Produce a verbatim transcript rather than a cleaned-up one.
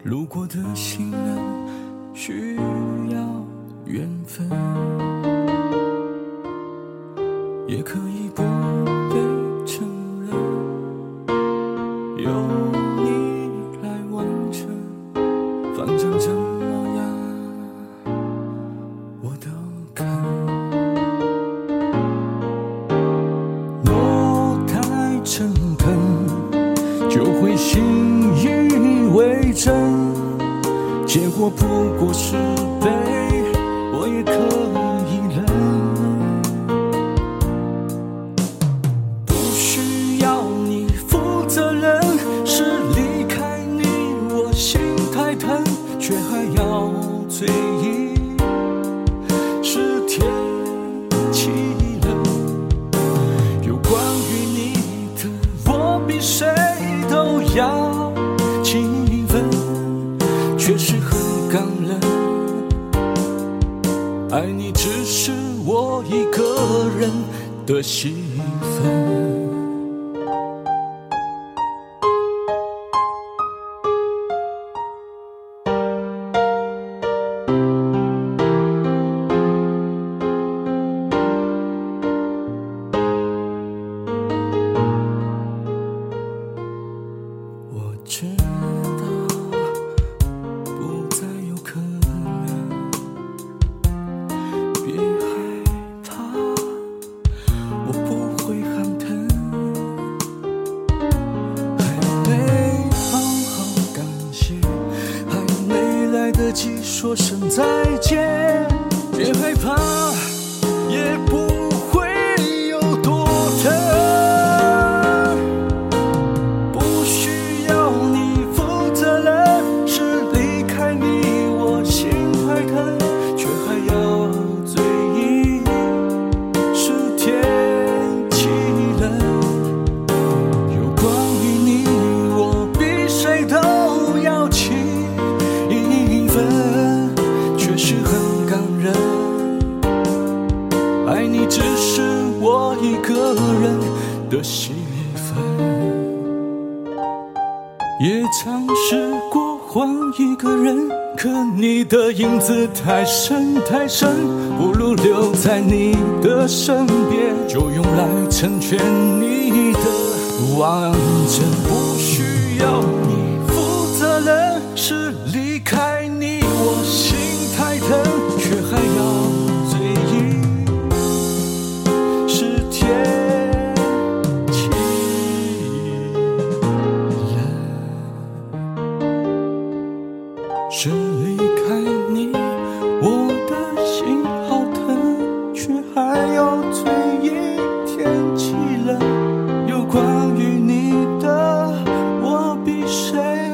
路过的行人需要缘分，也可以不被承认，由你来完成，反正怎么样我都肯。若太诚恳就会信以为真，结果不过是悲，我也可以忍。不需要你负责任，是离开你我心太疼，却还要追忆，是天气冷。有关于你的，我比谁都要气愤，确实很感人，爱你只是我一个人的戏份。我知道不再有可能，别害怕，我不会喊疼，还没好好感谢，还没来得及说声再见，别害怕，也不会有多疼。爱你只是我一个人的戏份，也尝试过换一个人，可你的影子太深太深，不如留在你的身边，就用来成全你的完整。不需要你负责任，是离开你我心太疼，却还要追忆，是离开你我的心好疼，却还要追忆天气冷。有关于你的，我比谁